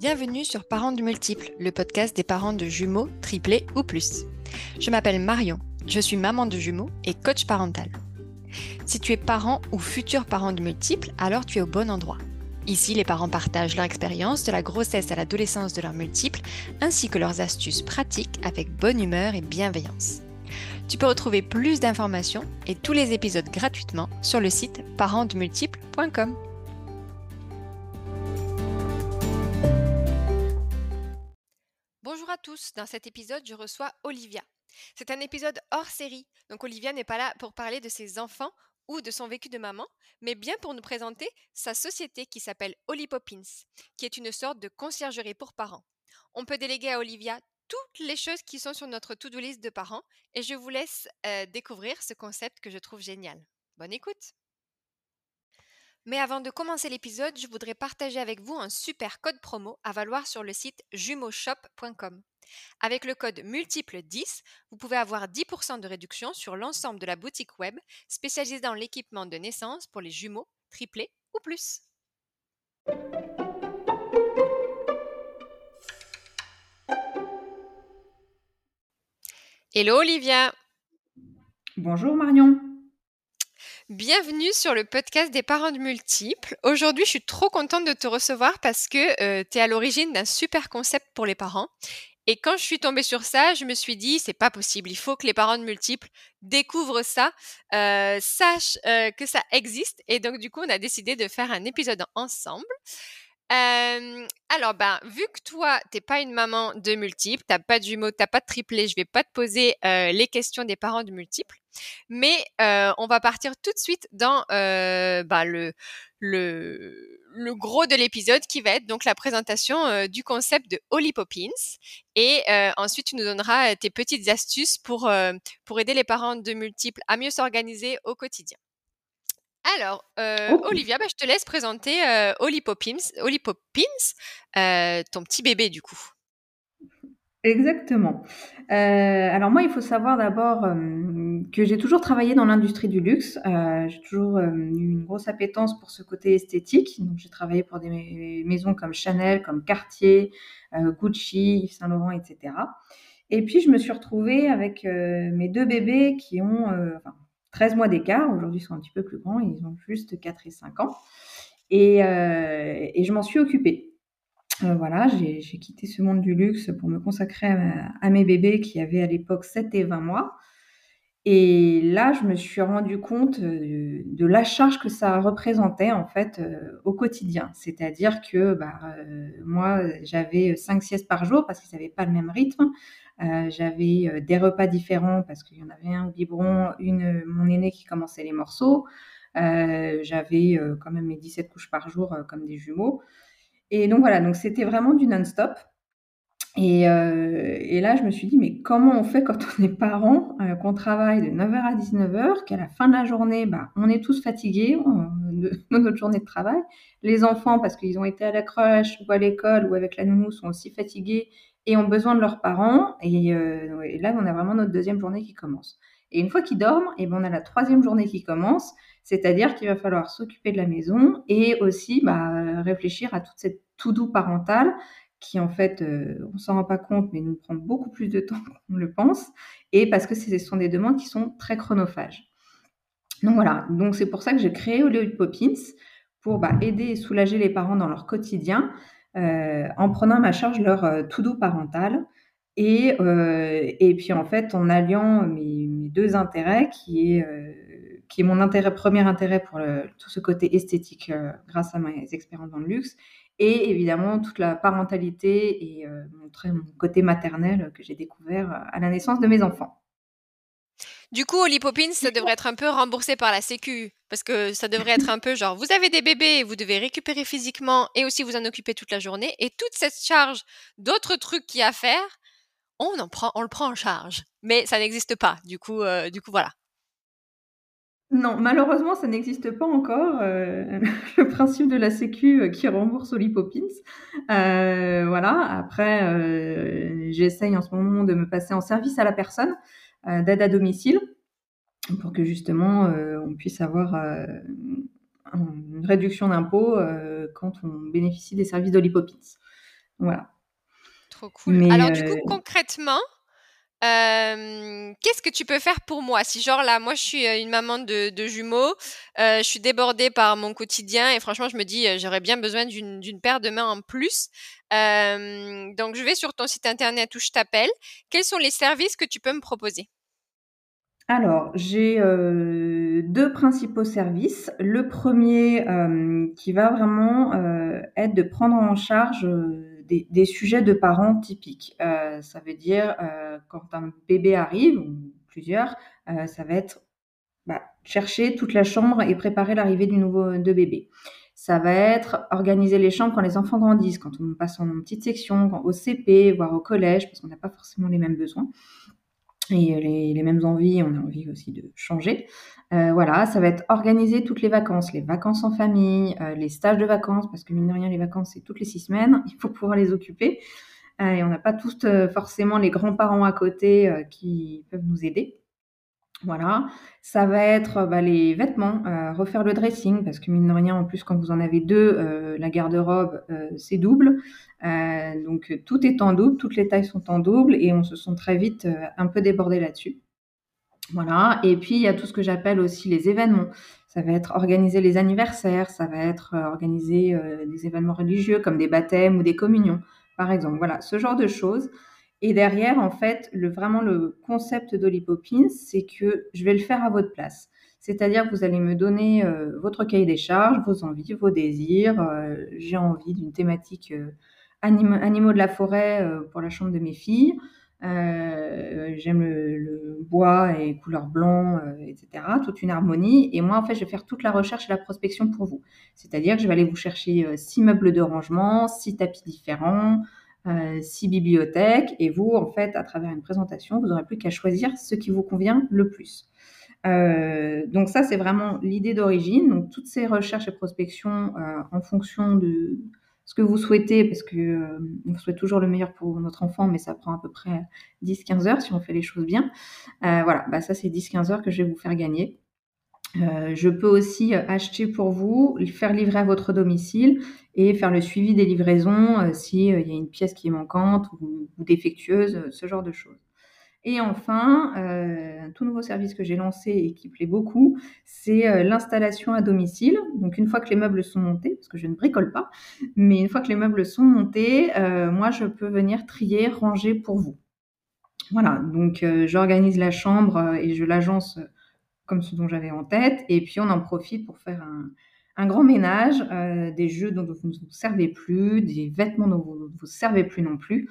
Bienvenue sur Parents du Multiple, le podcast des parents de jumeaux, triplés ou plus. Je m'appelle Marion, je suis maman de jumeaux et coach parental. Si tu es parent ou futur parent de multiples, alors tu es au bon endroit. Ici, les parents partagent leur expérience de la grossesse à l'adolescence de leurs multiples, ainsi que leurs astuces pratiques avec bonne humeur et bienveillance. Tu peux retrouver plus d'informations et tous les épisodes gratuitement sur le site parentsdumultiple.com. Bonjour à tous, dans cet épisode, je reçois Olivia. C'est un épisode hors série, donc Olivia n'est pas là pour parler de ses enfants ou de son vécu de maman, mais bien pour nous présenter sa société qui s'appelle Holly Poppins, qui est une sorte de conciergerie pour parents. On peut déléguer à Olivia toutes les choses qui sont sur notre to-do list de parents et je vous laisse découvrir ce concept que je trouve génial. Bonne écoute! Mais avant de commencer l'épisode, je voudrais partager avec vous un super code promo à valoir sur le site jumeauxshop.com. Avec le code multiple10, vous pouvez avoir 10% de réduction sur l'ensemble de la boutique web spécialisée dans l'équipement de naissance pour les jumeaux, triplés ou plus. Hello Olivia! Bonjour Marion. Bienvenue sur le podcast des parents de multiples. Aujourd'hui, je suis trop contente de te recevoir parce que tu es à l'origine d'un super concept pour les parents. Et quand je suis tombée sur ça, je me suis dit, c'est pas possible, il faut que les parents de multiples découvrent ça, sachent que ça existe. Et donc, du coup, on a décidé de faire un épisode ensemble. Alors, vu que toi, t'es pas une maman de multiples, t'as pas de jumeaux, t'as pas de triplés, je vais pas te poser les questions des parents de multiples, mais on va partir tout de suite dans le gros de l'épisode qui va être donc la présentation du concept de Holly Poppins. Et ensuite, tu nous donneras tes petites astuces pour aider les parents de multiples à mieux s'organiser au quotidien. Alors, Ok, Olivia, je te laisse présenter Holly Poppins, ton petit bébé du coup. exactement. Alors moi, il faut savoir d'abord que j'ai toujours travaillé dans l'industrie du luxe. J'ai toujours eu une grosse appétence pour ce côté esthétique. Donc j'ai travaillé pour des maisons comme Chanel, comme Cartier, Gucci, Yves Saint Laurent, etc. Et puis je me suis retrouvée avec mes deux bébés qui ont 13 mois d'écart. Aujourd'hui, ils sont un petit peu plus grands. Ils ont juste 4 et 5 ans. Et je m'en suis occupée. Voilà, j'ai quitté ce monde du luxe pour me consacrer à mes bébés qui avaient à l'époque 7 et 20 mois. Et là, je me suis rendu compte de la charge que ça représentait en fait au quotidien. C'est-à-dire que moi, j'avais 5 siestes par jour parce qu'ils n'avaient pas le même rythme. J'avais des repas différents parce qu'il y en avait un au biberon, mon aîné qui commençait les morceaux. J'avais quand même mes 17 couches par jour comme des jumeaux. Et donc voilà, donc c'était vraiment du non-stop. Et là, je me suis dit, mais comment on fait quand on est parent, qu'on travaille de 9h à 19h, qu'à la fin de la journée, on est tous fatigués de notre journée de travail. Les enfants, parce qu'ils ont été à la crèche ou à l'école ou avec la nounou, sont aussi fatigués et ont besoin de leurs parents. Et là, on a vraiment notre deuxième journée qui commence. Et une fois qu'ils dorment, on a la troisième journée qui commence, c'est-à-dire qu'il va falloir s'occuper de la maison et aussi réfléchir à toute cette to-do parentale qui en fait, on s'en rend pas compte, mais nous prend beaucoup plus de temps qu'on le pense, et parce que ce sont des demandes qui sont très chronophages. Donc voilà, donc c'est pour ça que j'ai créé Holly Poppins, pour aider et soulager les parents dans leur quotidien, en prenant à ma charge leur to-do parental, et puis en fait en alliant mes deux intérêts, qui est mon premier intérêt pour tout ce côté esthétique grâce à mes expériences dans le luxe, et évidemment toute la parentalité et montrer mon côté maternel que j'ai découvert à la naissance de mes enfants. Du coup, Holly Poppins, ça devrait être un peu remboursé par la Sécu, parce que ça devrait être un peu genre, vous avez des bébés, vous devez récupérer physiquement et aussi vous en occuper toute la journée, et toute cette charge d'autres trucs qu'il y a à faire, on le prend en charge. Mais ça n'existe pas, du coup voilà. Non, malheureusement, ça n'existe pas encore, le principe de la sécu, qui rembourse Holly Poppins. Voilà, après, j'essaye en ce moment de me passer en service à la personne, d'aide à domicile, pour que justement, on puisse avoir, une réduction d'impôt, quand on bénéficie des services d'Holly Poppins. Voilà. Trop cool. Mais Alors du coup, concrètement, qu'est-ce que tu peux faire pour moi? Si genre là, moi je suis une maman de jumeaux, je suis débordée par mon quotidien et franchement je me dis j'aurais bien besoin d'une paire de mains en plus. Donc je vais sur ton site internet où je t'appelle. Quels sont les services que tu peux me proposer? alors, j'ai, 2 principaux services. Le premier, qui va vraiment, être de prendre en charge, des sujets de parents typiques. Ça veut dire, quand un bébé arrive ou plusieurs, ça va être, bah, chercher toute la chambre et préparer l'arrivée du nouveau de bébé. Ça va être organiser les chambres quand les enfants grandissent, quand on passe en petite section, quand au CP, voire au collège, parce qu'on n'a pas forcément les mêmes besoins et les mêmes envies, on a envie aussi de changer. Voilà, ça va être organiser toutes les vacances en famille, les stages de vacances, parce que mine de rien, les vacances, c'est toutes les 6 semaines, il faut pouvoir les occuper. Et on n'a pas tous forcément les grands-parents à côté qui peuvent nous aider. Voilà, ça va être, bah, les vêtements, refaire le dressing parce que mine de rien, en plus, quand vous en avez 2, la garde-robe, c'est double. Donc tout est en double, toutes les tailles sont en double et on se sent très vite, un peu débordé là-dessus. Voilà et puis il y a tout ce que j'appelle aussi les événements. Ça va être organiser les anniversaires, ça va être, organiser, des événements religieux comme des baptêmes ou des communions, par exemple. Voilà, ce genre de choses et derrière, en fait, vraiment le concept d'Holly Poppins, c'est que je vais le faire à votre place. C'est-à-dire que vous allez me donner, votre cahier des charges, vos envies, vos désirs. J'ai envie d'une thématique, animaux de la forêt, pour la chambre de mes filles. J'aime le bois et couleur blanc, et cetera, toute une harmonie et moi, en fait, je vais faire toute la recherche et la prospection pour vous. C'est-à-dire que je vais aller vous chercher, 6 meubles de rangement, 6 tapis différents, 6 bibliothèques et vous, en fait, à travers une présentation, vous n'aurez plus qu'à choisir ce qui vous convient le plus. Donc ça, c'est vraiment l'idée d'origine. Donc toutes ces recherches et prospections, en fonction de ce que vous souhaitez, parce que on souhaite toujours le meilleur pour notre enfant, mais ça prend à peu près 10-15 heures si on fait les choses bien. Voilà, bah ça c'est 10-15 heures que je vais vous faire gagner. Je peux aussi acheter pour vous, faire livrer à votre domicile et faire le suivi des livraisons si il y a une pièce qui est manquante ou défectueuse, ce genre de choses. Et enfin, un tout nouveau service que j'ai lancé et qui plaît beaucoup, c'est l'installation à domicile. Donc une fois que les meubles sont montés, parce que je ne bricole pas, mais une fois que les meubles sont montés, moi je peux venir trier, ranger pour vous. Voilà, donc j'organise la chambre et je l'agence comme ce dont j'avais en tête. Et puis on en profite pour faire un grand ménage, des jeux dont vous ne vous servez plus, des vêtements dont vous ne vous servez plus non plus.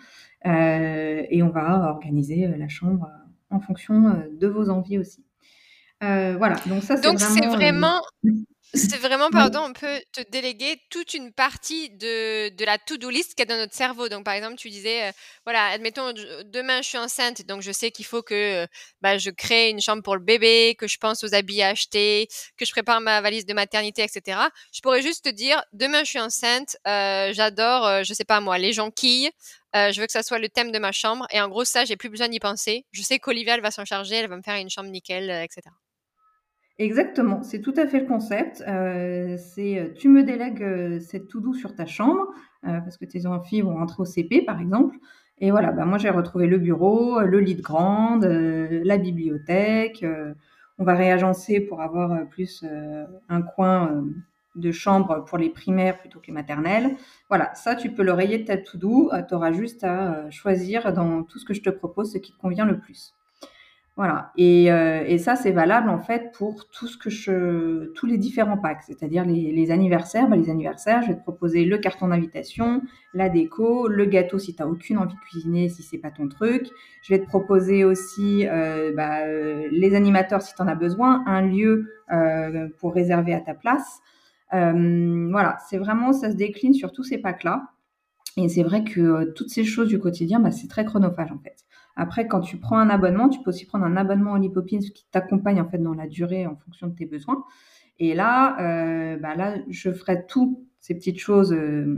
Et on va organiser la chambre en fonction de vos envies aussi. Voilà, donc ça c'est Donc c'est vraiment... vraiment C'est vraiment, Oui. pardon, on peut te déléguer toute une partie de la to-do list qu'il y a dans notre cerveau. Donc, par exemple, tu disais, voilà, admettons, demain, je suis enceinte, donc je sais qu'il faut que bah, je crée une chambre pour le bébé, que je pense aux habits à acheter, que je prépare ma valise de maternité, etc. Je pourrais juste te dire, demain, je suis enceinte, j'adore, je sais pas moi, les jonquilles, je veux que ça soit le thème de ma chambre. Et en gros, ça, j'ai plus besoin d'y penser. Je sais qu'Olivia, elle va s'en charger, elle va me faire une chambre nickel, etc. Exactement, c'est tout à fait le concept. C'est, tu me délègues, cette to do sur ta chambre, parce que tes filles vont rentrer au CP, par exemple et voilà, bah, moi, j'ai retrouvé le bureau, le lit de grande, la bibliothèque, on va réagencer pour avoir, plus, un coin, de chambre pour les primaires plutôt que les maternelles. Voilà, ça, tu peux le rayer de ta to do, tu auras juste à, choisir dans tout ce que je te propose, ce qui te convient le plus. Voilà et ça, c'est valable, en fait, pour tout ce que tous les différents packs, c'est-à-dire les anniversaires. Bah, les anniversaires, je vais te proposer le carton d'invitation, la déco, le gâteau si tu as aucune envie de cuisiner, si c'est pas ton truc. Je vais te proposer aussi, les animateurs si tu en as besoin, un lieu, pour réserver à ta place. Voilà, c'est vraiment ça se décline sur tous ces packs-là et c'est vrai que toutes ces choses du quotidien, bah, c'est très chronophage en fait. Après, quand tu prends un abonnement, tu peux aussi prendre un abonnement Holly Poppins qui t'accompagne en fait dans la durée en fonction de tes besoins. Et là, bah là, je ferai tout. ces petites choses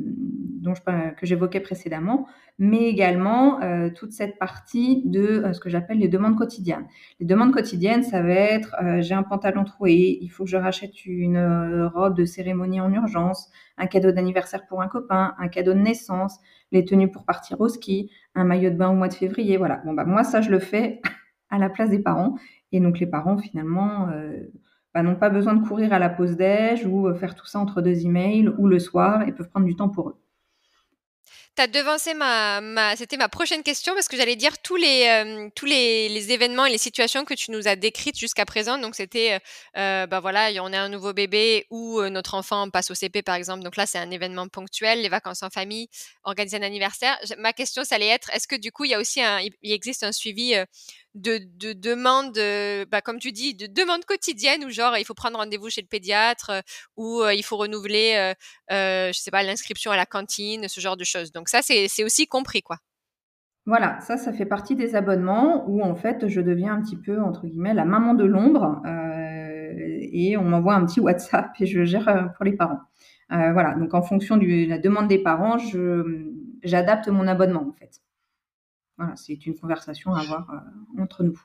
que j'évoquais précédemment, mais également toute cette partie de ce que j'appelle les demandes quotidiennes. Les demandes quotidiennes, ça va être j'ai un pantalon troué, il faut que je rachète une robe de cérémonie en urgence, un cadeau d'anniversaire pour un copain, un cadeau de naissance, les tenues pour partir au ski, un maillot de bain au mois de février. Voilà. Bon, bah, moi, ça, je le fais à la place des parents. Et donc, les parents, finalement, n'ont pas besoin de courir à la pause déj ou faire tout ça entre deux emails ou le soir et peuvent prendre du temps pour eux. T'as devancé c'était ma prochaine question parce que j'allais dire tous les événements et les situations que tu nous as décrites jusqu'à présent. Donc c'était, bah voilà, on a un nouveau bébé ou notre enfant passe au CP par exemple. Donc là, c'est un événement ponctuel, les vacances en famille, organiser un anniversaire. Ma question, ça allait être, est-ce que du coup, il existe un suivi de demandes, bah, comme tu dis, de demandes quotidiennes où genre il faut prendre rendez-vous chez le pédiatre ou il faut renouveler je sais pas, l'inscription à la cantine, ce genre de choses. Donc ça, c'est aussi compris, quoi. Voilà, ça fait partie des abonnements où en fait je deviens un petit peu, entre guillemets, la maman de l'ombre et on m'envoie un petit WhatsApp et je gère pour les parents. Voilà, donc en fonction de la demande des parents, j'adapte mon abonnement en fait. Voilà, c'est une conversation à avoir entre nous.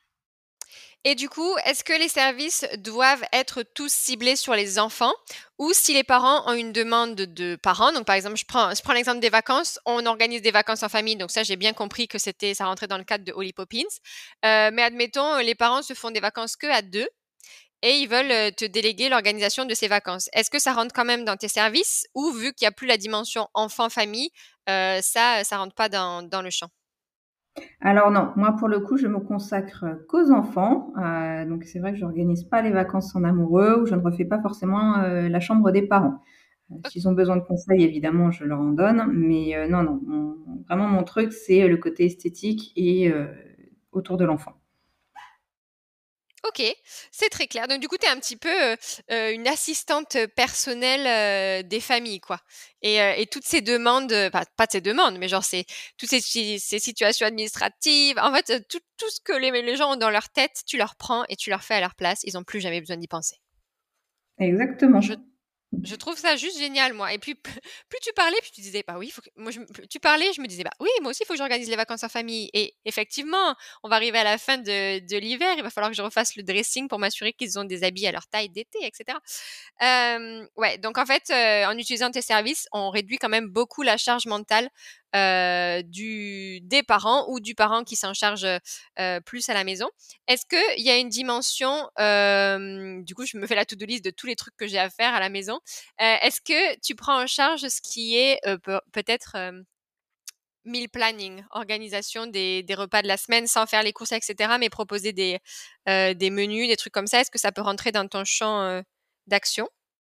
Et du coup, est-ce que les services doivent être tous ciblés sur les enfants ou si les parents ont une demande de parents, donc par exemple, je prends l'exemple des vacances, on organise des vacances en famille, donc ça j'ai bien compris que ça rentrait dans le cadre de Holly Poppins. Mais admettons, les parents se font des vacances que à deux et ils veulent te déléguer l'organisation de ces vacances. Est-ce que ça rentre quand même dans tes services ou vu qu'il n'y a plus la dimension enfant-famille, ça rentre pas dans le champ? Alors non, moi pour le coup, je me consacre qu'aux enfants. Donc c'est vrai que je n'organise pas les vacances en amoureux ou je ne refais pas forcément la chambre des parents. S'ils ont besoin de conseils, évidemment, je leur en donne. Mais non, non, vraiment mon truc, c'est le côté esthétique et autour de l'enfant. OK, c'est très clair. Donc du coup, tu es un petit peu, une assistante, personnelle, des familles, quoi et toutes ces demandes, pas de ces demandes, mais genre toutes ces situations administratives, en fait, tout ce que les gens ont dans leur tête, tu leur prends et tu leur fais à leur place. Ils ont plus jamais besoin d'y penser. Je Exactement. je trouve ça juste génial, moi. Et puis, plus tu parlais, plus tu disais, bah oui, plus tu parlais, je me disais, bah oui, moi aussi, il faut que j'organise les vacances en famille. Et effectivement, on va arriver à la fin de l'hiver, il va falloir que je refasse le dressing pour m'assurer qu'ils ont des habits à leur taille d'été, etc. Ouais, donc en fait, en utilisant tes services, on réduit quand même beaucoup la charge mentale des parents ou du parent qui s'en charge plus à la maison. Est-ce qu'il y a une dimension, du coup, je me fais la to-do list de tous les trucs que j'ai à faire à la maison. Est-ce que tu prends en charge ce qui est peut-être meal planning, organisation des repas de la semaine sans faire les courses, etc., mais proposer des menus, des trucs comme ça? Est-ce que ça peut rentrer dans ton champ d'action?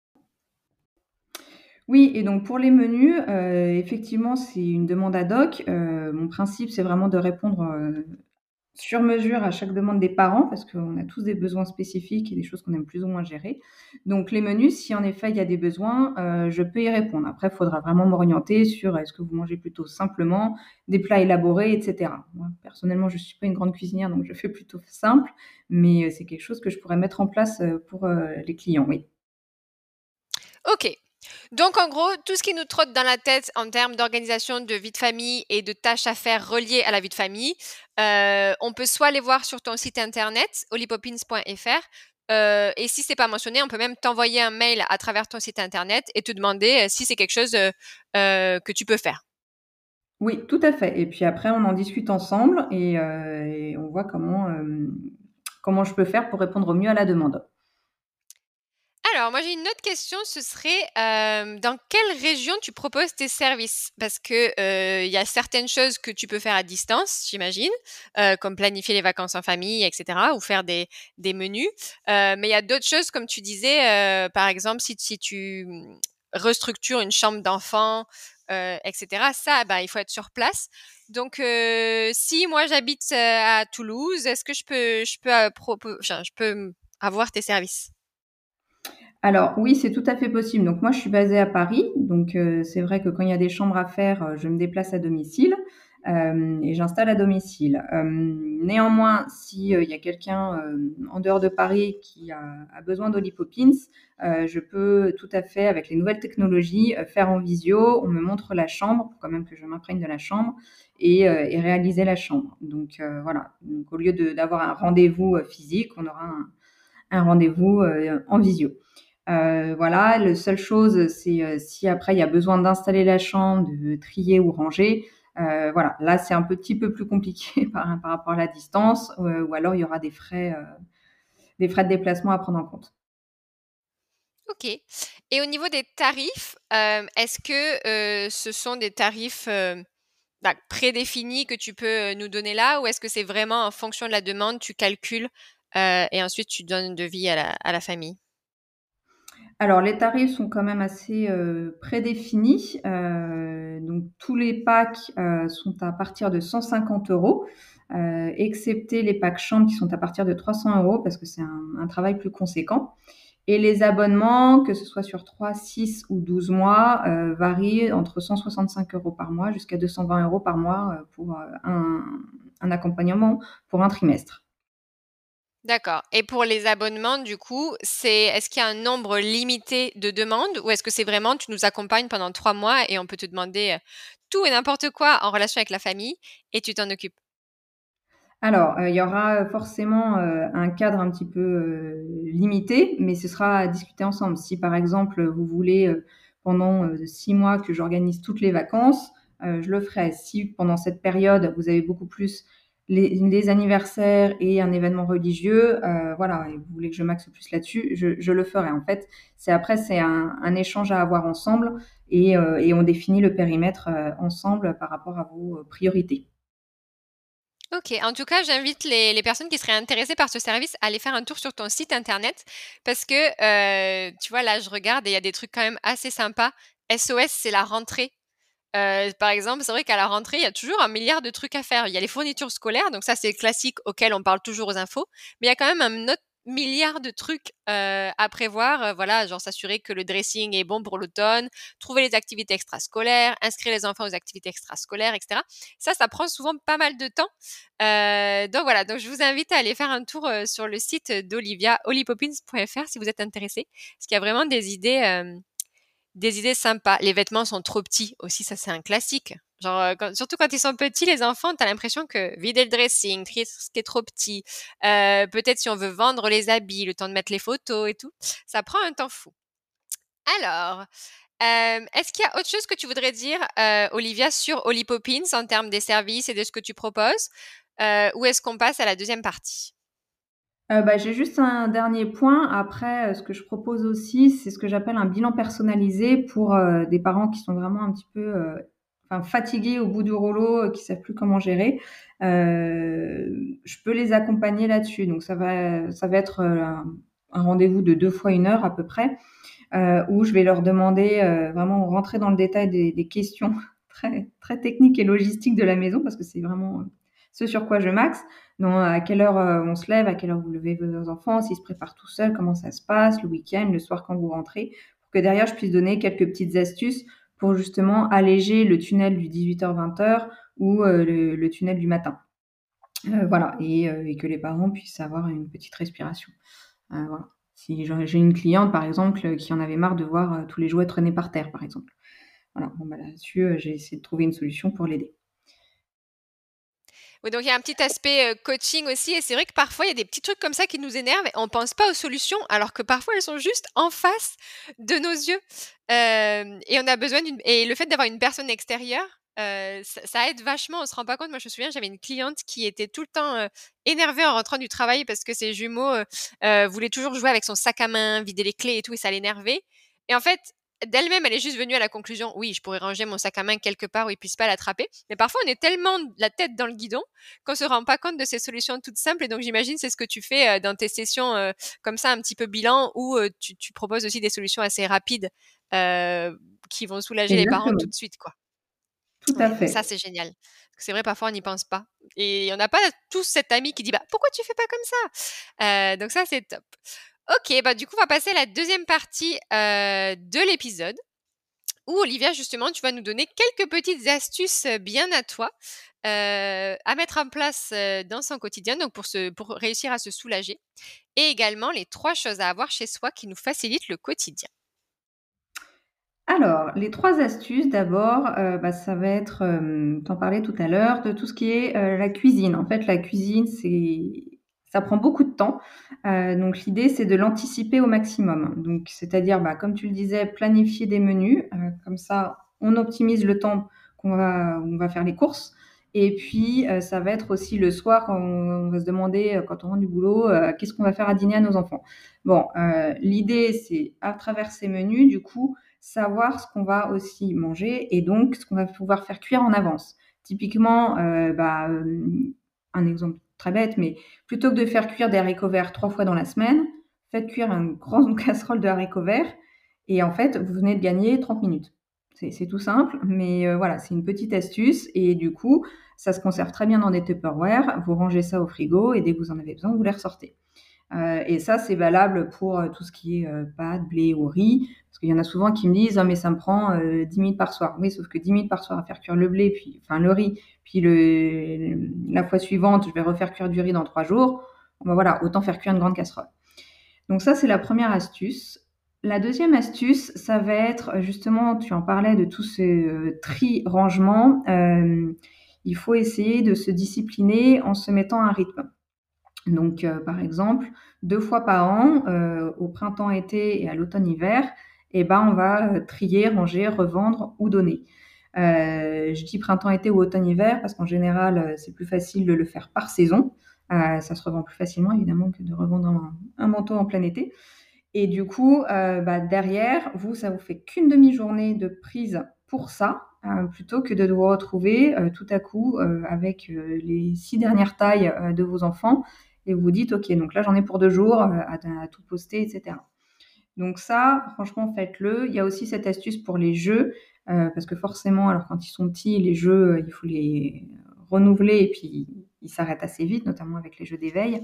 Oui, et donc pour les menus, effectivement, c'est une demande ad hoc. Mon principe, c'est vraiment de répondre sur mesure à chaque demande des parents, parce qu'on a tous des besoins spécifiques et des choses qu'on aime plus ou moins gérer. Donc les menus, si en effet il y a des besoins, je peux y répondre. Après, il faudra vraiment m'orienter sur est-ce que vous mangez plutôt simplement, des plats élaborés, et cetera. Moi, personnellement, je ne suis pas une grande cuisinière, donc je fais plutôt simple, mais c'est quelque chose que je pourrais mettre en place pour les clients, oui. OK. Donc en gros, tout ce qui nous trotte dans la tête en termes d'organisation de vie de famille et de tâches à faire reliées à la vie de famille, on peut soit les voir sur ton site internet hollypoppins.fr, et si c'est pas mentionné, on peut même t'envoyer un mail à travers ton site internet et te demander, si c'est quelque chose, que tu peux faire. Oui, tout à fait et puis après on en discute ensemble et on voit comment je peux faire pour répondre au mieux à la demande. Alors, moi, j'ai une autre question, ce serait, dans quelle région tu proposes tes services? Parce que, il y a certaines choses que tu peux faire à distance, j'imagine, comme planifier les vacances en famille et cetera ou faire des menus. Mais il y a d'autres choses comme tu disais, par exemple, si tu, restructures une chambre d'enfant, et cetera, ça, bah, il faut être sur place. Donc, si moi j'habite, à Toulouse, est-ce que je peux, enfin, je peux, avoir tes services? Alors oui, c'est tout à fait possible. Donc moi, je suis basée à Paris, donc c'est vrai que quand il y a des chambres à faire, je me déplace à domicile. et j'installe à domicile. Néanmoins, si il y a quelqu'un en dehors de Paris qui a besoin d'Holly Poppins, je peux tout à fait, avec les nouvelles technologies, faire en visio. On me montre la chambre, pour quand même que je m'imprègne de la chambre, et réaliser la chambre. Donc voilà. Donc, au lieu d'avoir un rendez-vous physique, on aura un rendez-vous en visio. Voilà, la seule chose, c'est si après il y a besoin d'installer la chambre, de trier ou ranger. Voilà, là c'est un petit peu plus compliqué par rapport à la distance, ou alors il y aura des frais de déplacement à prendre en compte. OK. Et au niveau des tarifs, est-ce que, ce sont des tarifs, prédéfinis que tu peux, nous donner là? Ou est-ce que c'est vraiment en fonction de la demande, tu calcules, et ensuite tu donnes un devis à la famille? Alors les tarifs sont quand même assez, prédéfinis, donc tous les packs, sont à partir de 150 €, excepté les packs chambres qui sont à partir de 300 € parce que c'est un travail plus conséquent. Et les abonnements, que ce soit sur 3, 6 ou 12 mois, varient entre 165 € par mois jusqu'à 220 € par mois, pour, un accompagnement pour un trimestre. D'accord, et pour les abonnements, du coup, est-ce qu'il y a un nombre limité de demandes ou est-ce que c'est vraiment tu nous accompagnes pendant 3 mois et on peut te demander, tout et n'importe quoi en relation avec la famille et tu t'en occupes? Alors, il y aura, forcément, un cadre un petit peu, limité, mais ce sera à discuter ensemble. Si par exemple, vous voulez, pendant, 6 mois que j'organise toutes les vacances, je le ferai. Si pendant cette période, vous avez beaucoup plus les anniversaires et un événement religieux, voilà, et vous voulez que je m'axe plus là-dessus, je le ferai. En fait, c'est un échange à avoir ensemble, et on définit le périmètre, ensemble par rapport à vos, priorités. OK. En tout cas, j'invite les personnes qui seraient intéressées par ce service à aller faire un tour sur ton site internet parce que, tu vois, là, je regarde et il y a des trucs quand même assez sympas. SOS, c'est la rentrée. Par exemple, c'est vrai qu'à la rentrée, il y a toujours un milliard de trucs à faire. Il y a les fournitures scolaires, donc ça, c'est classique auquel on parle toujours aux infos. Mais il y a quand même un autre milliard de trucs à prévoir. Voilà, genre s'assurer que le dressing est bon pour l'automne, trouver les activités extrascolaires, inscrire les enfants aux activités extrascolaires, etc. Ça prend souvent pas mal de temps. Donc voilà, donc je vous invite à aller faire un tour sur le site d'Olivia, hollypoppins.fr si vous êtes intéressé, parce qu'il y a vraiment des idées sympas. Les vêtements sont trop petits aussi, ça c'est un classique. Genre, surtout quand ils sont petits, les enfants, t'as l'impression que vider le dressing, trier ce qui est trop petit, peut-être si on veut vendre les habits, le temps de mettre les photos et tout, ça prend un temps fou. Alors, est-ce qu'il y a autre chose que tu voudrais dire, Olivia, sur Holly Poppins en termes des services et de ce que tu proposes? Ou est-ce qu'on passe à la deuxième partie? Bah, j'ai juste un dernier point. Après, ce que je propose aussi, c'est ce que j'appelle un bilan personnalisé pour, des parents qui sont vraiment un petit peu, enfin fatigués au bout du rouleau, qui savent plus comment gérer. Je peux les accompagner là-dessus. Donc ça va être, un rendez-vous de 2 fois 1 heure à peu près, où je vais leur demander, vraiment rentrer dans le détail des questions très très techniques et logistiques de la maison parce que c'est vraiment, ce sur quoi je m'axe. Donc à quelle heure, on se lève, à quelle heure vous levez vos enfants, s'ils se préparent tout seuls, comment ça se passe, le week-end, le soir quand vous rentrez, pour que derrière je puisse donner quelques petites astuces pour justement alléger le tunnel du 18h-20h ou, le tunnel du matin. Voilà, et que les parents puissent avoir une petite respiration. Voilà. Si j'ai une cliente, par exemple, qui en avait marre de voir, tous les jouets traîner par terre, par exemple. Voilà, bon, bah, là-dessus, j'ai essayé de trouver une solution pour l'aider. Oui, donc il y a un petit aspect, coaching aussi et c'est vrai que parfois il y a des petits trucs comme ça qui nous énervent et on pense pas aux solutions alors que parfois elles sont juste en face de nos yeux. Et on a besoin et le fait d'avoir une personne extérieure, ça aide vachement, on se rend pas compte. Moi, je me souviens, j'avais une cliente qui était tout le temps, énervée en rentrant du travail parce que ses jumeaux, voulaient toujours jouer avec son sac à main, vider les clés et tout et ça l'énervait et en fait, d'elle-même, elle est juste venue à la conclusion: «Oui, je pourrais ranger mon sac à main quelque part où ils puissent pas l'attraper». Mais parfois, on est tellement la tête dans le guidon qu'on se rend pas compte de ces solutions toutes simples et donc j'imagine c'est ce que tu fais, dans tes sessions, comme ça un petit peu bilan où, tu proposes aussi des solutions assez rapides, qui vont soulager les parents tout Exactement, de suite, quoi. tout à Ouais, donc ça fait. c'est génial. C'est vrai parfois on n'y pense pas et on n'a pas tous cet ami qui dit: «Bah, pourquoi tu fais pas comme ça?» Donc ça c'est top. OK, bah, du coup on va passer à la deuxième partie, de l'épisode où Olivia, justement, tu vas nous donner quelques petites astuces bien à toi à mettre en place dans son quotidien, donc pour réussir à se soulager, et également les 3 choses à avoir chez soi qui nous facilitent le quotidien. Alors, les 3 astuces d'abord, ça va être, tu en parlais tout à l'heure, de tout ce qui est, la cuisine. En fait, la cuisine, ça prend beaucoup de temps, donc l'idée, c'est de l'anticiper au maximum. Donc c'est-à-dire, comme tu le disais, planifier des menus, comme ça, on optimise le temps où on va faire les courses et puis, ça va être aussi le soir quand on va se demander, quand on rentre du boulot, qu'est-ce qu'on va faire à dîner à nos enfants? Bon, l'idée, c'est à travers ces menus, du coup, savoir ce qu'on va aussi manger et donc ce qu'on va pouvoir faire cuire en avance. Typiquement, un exemple très bête, mais plutôt que de faire cuire des haricots verts 3 fois dans la semaine, faites cuire une grande casserole de haricots verts et en fait, vous venez de gagner 30 minutes. C'est tout simple, mais voilà, c'est une petite astuce et du coup, ça se conserve très bien dans des Tupperware. Vous rangez ça au frigo et dès que vous en avez besoin, vous les ressortez. Et ça, c'est valable pour tout ce qui est pâtes, blé ou riz. Parce qu'il y en a souvent qui me disent: «Ah mais ça me prend 10 minutes par soir». Oui, sauf que 10 minutes par soir à faire cuire le blé, puis enfin le riz, puis la fois suivante, je vais refaire cuire du riz dans 3 jours. Bon, voilà, autant faire cuire une grande casserole. Donc ça, c'est la première astuce. La deuxième astuce, ça va être justement, tu en parlais de tout ce tri-rangement. Il faut essayer de se discipliner en se mettant un rythme. Donc, par exemple, 2 fois par an, au printemps-été et à l'automne-hiver, et on va, trier, ranger, revendre ou donner. Je dis printemps-été ou automne-hiver parce qu'en général, c'est plus facile de le faire par saison. Ça se revend plus facilement évidemment que de revendre un manteau en plein été et du coup, derrière, ça vous fait qu'une demi-journée de prise pour ça, plutôt que de vous retrouver, tout à coup, avec, les 6 dernières tailles, de vos enfants et vous vous dites: «OK, donc là, j'en ai pour 2 jours, à tout poster et cetera». Donc ça, franchement, faites-le. Il y a aussi cette astuce pour les jeux, parce que forcément, alors quand ils sont petits, les jeux, il faut les renouveler et puis ils s'arrêtent assez vite, notamment avec les jeux d'éveil.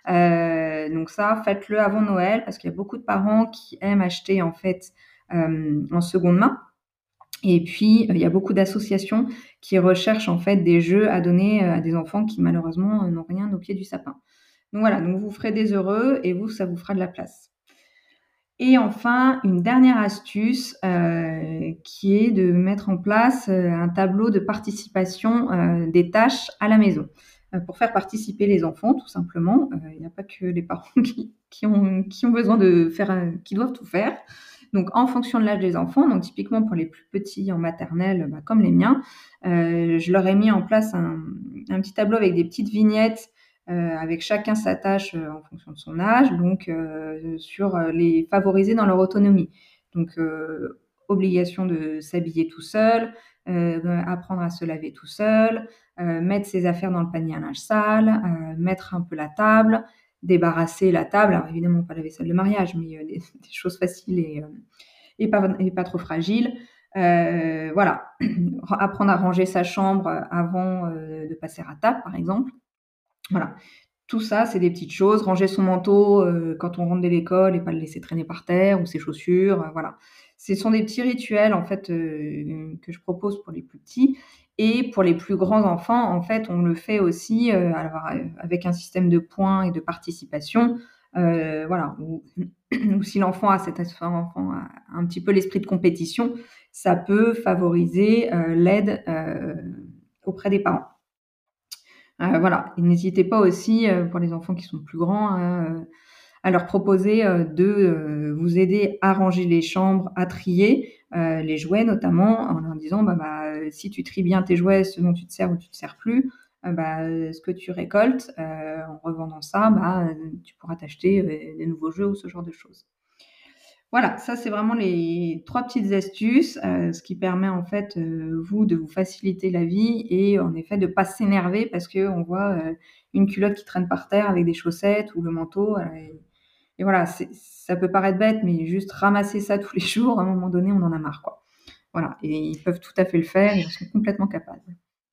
Donc ça, faites-le avant Noël parce qu'il y a beaucoup de parents qui aiment acheter en fait, en seconde main et puis, il y a beaucoup d'associations qui recherchent en fait des jeux à donner, à des enfants qui malheureusement, n'ont rien au pied du sapin. Donc voilà, donc vous ferez des heureux et vous, ça vous fera de la place. Et enfin, une dernière astuce, qui est de mettre en place, un tableau de participation, des tâches à la maison, pour faire participer les enfants tout simplement. Il n'y a pas que les parents qui ont besoin de faire, qui doivent tout faire. Donc en fonction de l'âge des enfants, donc typiquement pour les plus petits en maternelle, comme les miens, je leur ai mis en place un petit tableau avec des petites vignettes avec chacun sa tâche en fonction de son âge, donc sur les favoriser dans leur autonomie. Donc, obligation de s'habiller tout seul, apprendre à se laver tout seul, mettre ses affaires dans le panier à linge sale, mettre un peu la table, débarrasser la table. Alors évidemment pas la vaisselle de mariage, mais des choses faciles et pas trop fragiles. Voilà, apprendre à ranger sa chambre avant de passer à table, par exemple. Voilà, tout ça, c'est des petites choses. Ranger son manteau, quand on rentre de l'école et pas le laisser traîner par terre ou ses chaussures, voilà. Ce sont des petits rituels, en fait, que je propose pour les plus petits et pour les plus grands enfants, en fait, on le fait aussi, alors, avec un système de points et de participation, voilà, ou si l'enfant a un petit peu l'esprit de compétition, ça peut favoriser, l'aide, auprès des parents. Voilà, et n'hésitez pas aussi, pour les enfants qui sont plus grands, à leur proposer, de, vous aider à ranger les chambres, à trier, les jouets notamment, en leur disant: si tu tries bien tes jouets, ce dont tu te sers ou tu te sers plus, ce que tu récoltes, en revendant ça, tu pourras t'acheter, des nouveaux jeux ou ce genre de choses. Voilà, ça c'est vraiment les 3 petites astuces, ce qui permet en fait, de vous faciliter la vie et en effet de pas s'énerver parce qu'on voit, une culotte qui traîne par terre avec des chaussettes ou le manteau, et voilà, ça peut paraître bête, mais juste ramasser ça tous les jours, à un moment donné, on en a marre, quoi. Voilà, et ils peuvent tout à fait le faire, ils en sont complètement capables.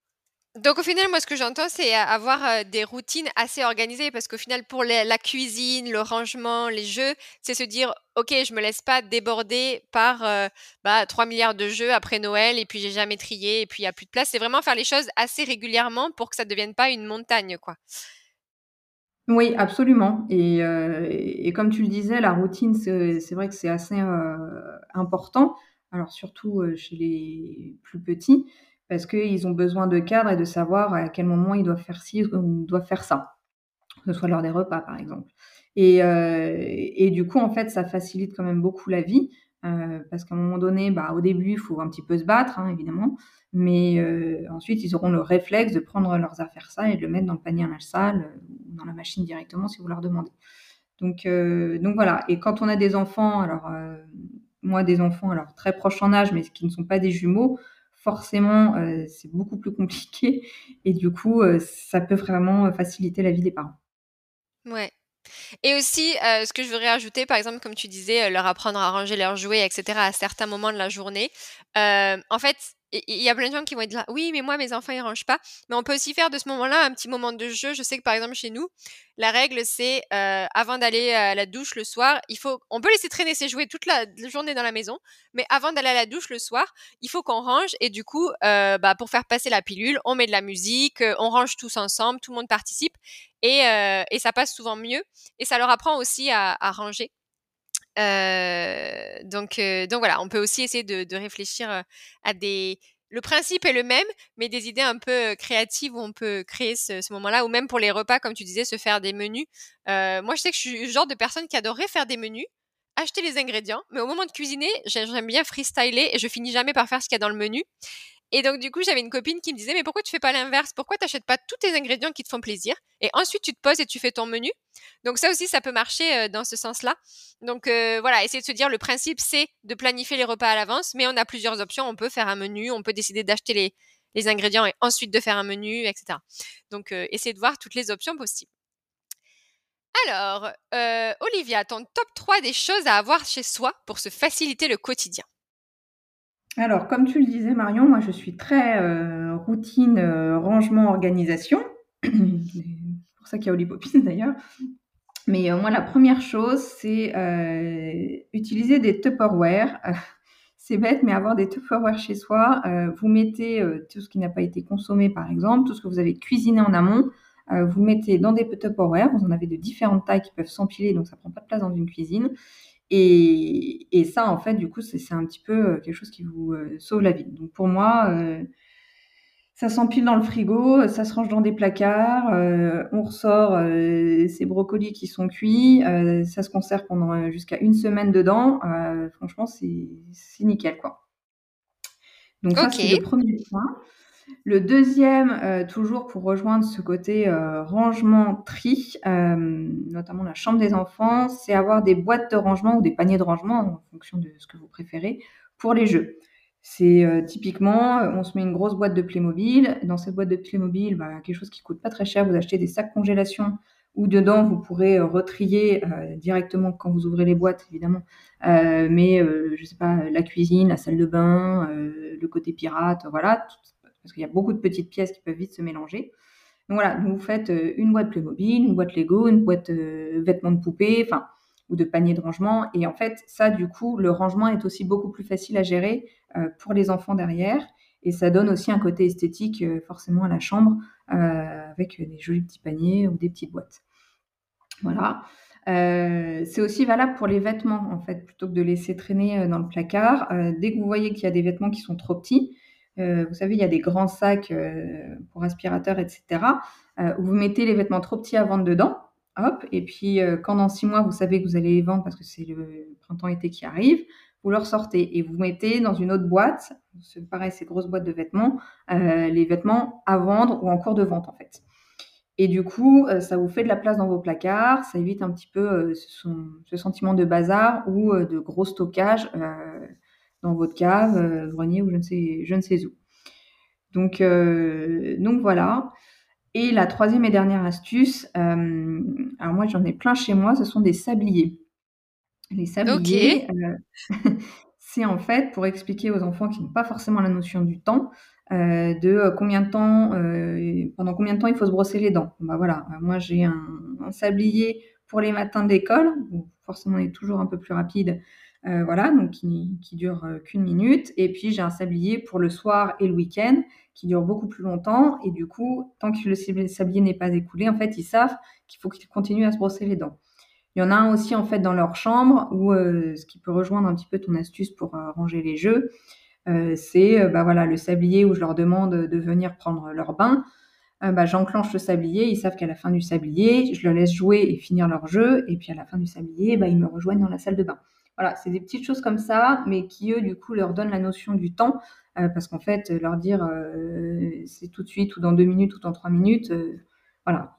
Donc au final, moi, ce que j'entends, c'est avoir des routines assez organisées parce qu'au final, pour la cuisine, le rangement, les jeux, c'est se dire, OK, je me laisse pas déborder par 3 milliards de jeux après Noël et puis j'ai jamais trié et puis il y a plus de place. C'est vraiment faire les choses assez régulièrement pour que ça ne devienne pas une montagne, quoi. Oui, absolument et comme tu le disais, la routine, c'est vrai que c'est assez, important. Alors surtout, chez les plus petits, parce qu'ils ont besoin de cadre et de savoir à quel moment ils doivent faire ci ou doivent faire ça. Que ce soit lors des repas, par exemple. Et du coup, en fait, ça facilite quand même beaucoup la vie, parce qu'à un moment donné, bah, au début, il faut un petit peu se battre, hein, évidemment, mais ensuite, ils auront le réflexe de prendre leurs affaires sales et de le mettre dans le panier à linge sale, ou dans la machine directement si vous leur demandez. Donc voilà. Et quand on a des enfants, alors moi des enfants alors très proches en âge, mais qui ne sont pas des jumeaux, forcément, c'est beaucoup plus compliqué et du coup, ça peut vraiment faciliter la vie des parents. Ouais. Et aussi, ce que je voudrais ajouter, par exemple, comme tu disais, leur apprendre à ranger leurs jouets, et cetera, à certains moments de la journée. En fait, il y a plein de gens qui vont être là: «Oui, mais moi, mes enfants, ils rangent pas». Mais on peut aussi faire de ce moment-là un petit moment de jeu. Je sais que, par exemple, chez nous, la règle, c'est, avant d'aller à la douche le soir, on peut laisser traîner ses jouets toute la journée dans la maison, mais avant d'aller à la douche le soir, il faut qu'on range et du coup, pour faire passer la pilule, on met de la musique, on range tous ensemble, tout le monde participe et ça passe souvent mieux et ça leur apprend aussi à ranger. Donc voilà, on peut aussi essayer de réfléchir à des... Le principe est le même, mais des idées un peu créatives où on peut créer ce moment-là, ou même pour les repas, comme tu disais, se faire des menus. Moi, je sais que je suis le genre de personne qui adorerait faire des menus, acheter les ingrédients, mais au moment de cuisiner, j'aime bien freestyler et je finis jamais par faire ce qu'il y a dans le menu. Et donc, du coup, j'avais une copine qui me disait, mais pourquoi tu fais pas l'inverse? Pourquoi t'achètes pas tous tes ingrédients qui te font plaisir? Et ensuite, tu te poses et tu fais ton menu. Donc, ça aussi, ça peut marcher dans ce sens-là. Donc, voilà, essayer de se dire, le principe, c'est de planifier les repas à l'avance, mais on a plusieurs options. On peut faire un menu, on peut décider d'acheter les ingrédients et ensuite de faire un menu, etc. Donc, essayer de voir toutes les options possibles. Alors, Olivia, ton top 3 des choses à avoir chez soi pour se faciliter le quotidien. Alors, comme tu le disais, Marion, moi, je suis très routine, rangement, organisation. C'est pour ça qu'il y a Holly Poppins d'ailleurs. Mais moi, la première chose, c'est utiliser des Tupperware. C'est bête, mais avoir des Tupperware chez soi, vous mettez tout ce qui n'a pas été consommé, par exemple, tout ce que vous avez cuisiné en amont, vous le mettez dans des Tupperware. Vous en avez de différentes tailles qui peuvent s'empiler, donc ça prend pas de place dans une cuisine. Et ça, en fait, du coup, c'est un petit peu quelque chose qui vous sauve la vie. Donc pour moi, ça s'empile dans le frigo, ça se range dans des placards, on ressort ces brocolis qui sont cuits, ça se conserve pendant jusqu'à une semaine dedans. Franchement, c'est nickel, quoi. Donc ça, Ok, c'est le premier point. Le deuxième, toujours pour rejoindre ce côté rangement, tri, notamment la chambre des enfants, c'est avoir des boîtes de rangement ou des paniers de rangement en fonction de ce que vous préférez pour les jeux. C'est typiquement, on se met une grosse boîte de Playmobil. Dans cette boîte de Playmobil, bah, quelque chose qui coûte pas très cher, vous achetez des sacs congélation où dedans vous pourrez retrier directement quand vous ouvrez les boîtes, évidemment. Mais je sais pas, la cuisine, la salle de bain, le côté pirate, voilà, parce qu'il y a beaucoup de petites pièces qui peuvent vite se mélanger. Donc voilà, donc vous faites une boîte Playmobil, une boîte Lego, une boîte vêtements de poupée, enfin, ou de panier de rangement. Et en fait, ça, du coup, le rangement est aussi beaucoup plus facile à gérer pour les enfants derrière. Et ça donne aussi un côté esthétique forcément à la chambre avec des jolis petits paniers ou des petites boîtes. Voilà. C'est aussi valable pour les vêtements, en fait, plutôt que de laisser traîner dans le placard. Dès que vous voyez qu'il y a des vêtements qui sont trop petits, vous savez, il y a des grands sacs pour aspirateurs, etc. Où vous mettez les vêtements trop petits à vendre dedans. Hop, et puis quand dans 6 mois, vous savez que vous allez les vendre parce que c'est le printemps-été qui arrive, vous le ressortez et vous mettez dans une autre boîte, c'est pareil, ces grosses boîtes de vêtements, les vêtements à vendre ou en cours de vente, en fait. Et du coup, ça vous fait de la place dans vos placards, ça évite un petit peu ce sentiment de bazar ou de gros stockage dans votre cave, grenier ou je ne sais où. Donc voilà. Et la troisième et dernière astuce, alors moi j'en ai plein chez moi, ce sont des sabliers. Les ok. sabliers, c'est en fait pour expliquer aux enfants qui n'ont pas forcément la notion du temps, pendant combien de temps il faut se brosser les dents. Bah voilà, moi j'ai un sablier pour les matins de l'école, où forcément il est toujours un peu plus rapide, voilà, donc qui dure qu'1 minute. Et puis j'ai un sablier pour le soir et le week-end qui dure beaucoup plus longtemps. Et du coup, tant que le sablier n'est pas écoulé, en fait, ils savent qu'il faut qu'ils continuent à se brosser les dents. Il y en a un aussi en fait dans leur chambre où ce qui peut rejoindre un petit peu ton astuce pour ranger les jeux, c'est bah voilà, le sablier où je leur demande de venir prendre leur bain. Bah, j'enclenche le sablier, ils savent qu'à la fin du sablier, je leur laisse jouer et finir leur jeu, et puis à la fin du sablier, bah, ils me rejoignent dans la salle de bain. Voilà, c'est des petites choses comme ça, mais qui eux, du coup, leur donnent la notion du temps, parce qu'en fait, leur dire c'est tout de suite, ou dans 2 minutes, ou dans 3 minutes, voilà,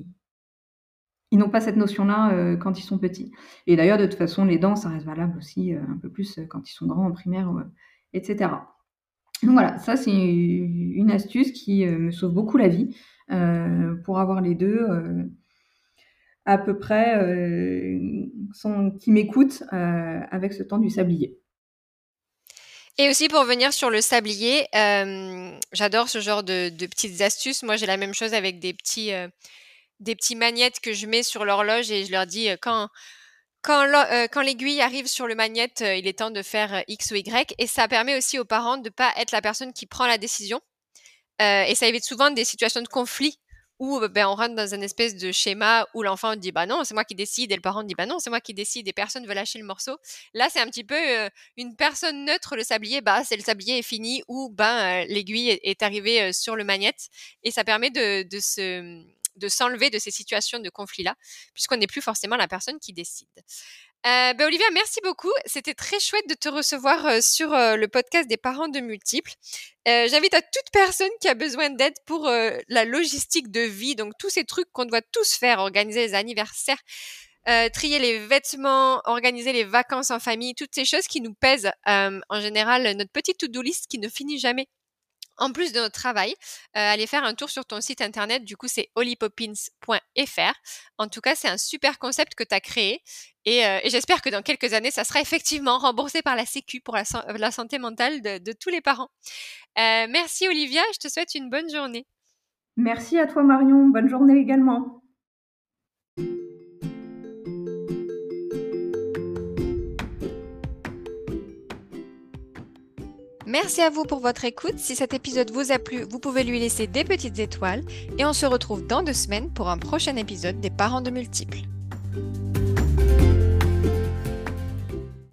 ils n'ont pas cette notion-là quand ils sont petits. Et d'ailleurs, de toute façon, les dents, ça reste valable aussi un peu plus quand ils sont grands en primaire, etc. Donc voilà, ça c'est une astuce qui me sauve beaucoup la vie pour avoir les deux à peu près qui m'écoutent avec ce temps du sablier. Et aussi pour venir sur le sablier, j'adore ce genre de petites astuces. Moi, j'ai la même chose avec des petits magnettes que je mets sur l'horloge et je leur dis quand l'aiguille arrive sur le magnète, il est temps de faire X ou Y. Et ça permet aussi aux parents de ne pas être la personne qui prend la décision. Et ça évite souvent des situations de conflit où on rentre dans un espèce de schéma où l'enfant dit bah non, c'est moi qui décide, et le parent dit bah non, c'est moi qui décide, et personne veut lâcher le morceau. Là, c'est un petit peu une personne neutre, le sablier, bah c'est le sablier est fini, ou l'aiguille est arrivée sur le magnète, et ça permet de s'enlever de ces situations de conflit-là, puisqu'on n'est plus forcément la personne qui décide. Olivia, merci beaucoup. C'était très chouette de te recevoir sur le podcast des parents de multiples. J'invite à toute personne qui a besoin d'aide pour la logistique de vie, donc tous ces trucs qu'on doit tous faire, organiser les anniversaires, trier les vêtements, organiser les vacances en famille, toutes ces choses qui nous pèsent en général, notre petite to-do list qui ne finit jamais. En plus de notre travail, allez faire un tour sur ton site internet, du coup c'est hollypoppins.fr. En tout cas, c'est un super concept que tu as créé et j'espère que dans quelques années, ça sera effectivement remboursé par la Sécu pour la santé mentale de tous les parents. Merci Olivia, je te souhaite une bonne journée. Merci à toi Marion, bonne journée également. Merci à vous pour votre écoute. Si cet épisode vous a plu, vous pouvez lui laisser des petites étoiles et on se retrouve dans 2 semaines pour un prochain épisode des parents de multiples.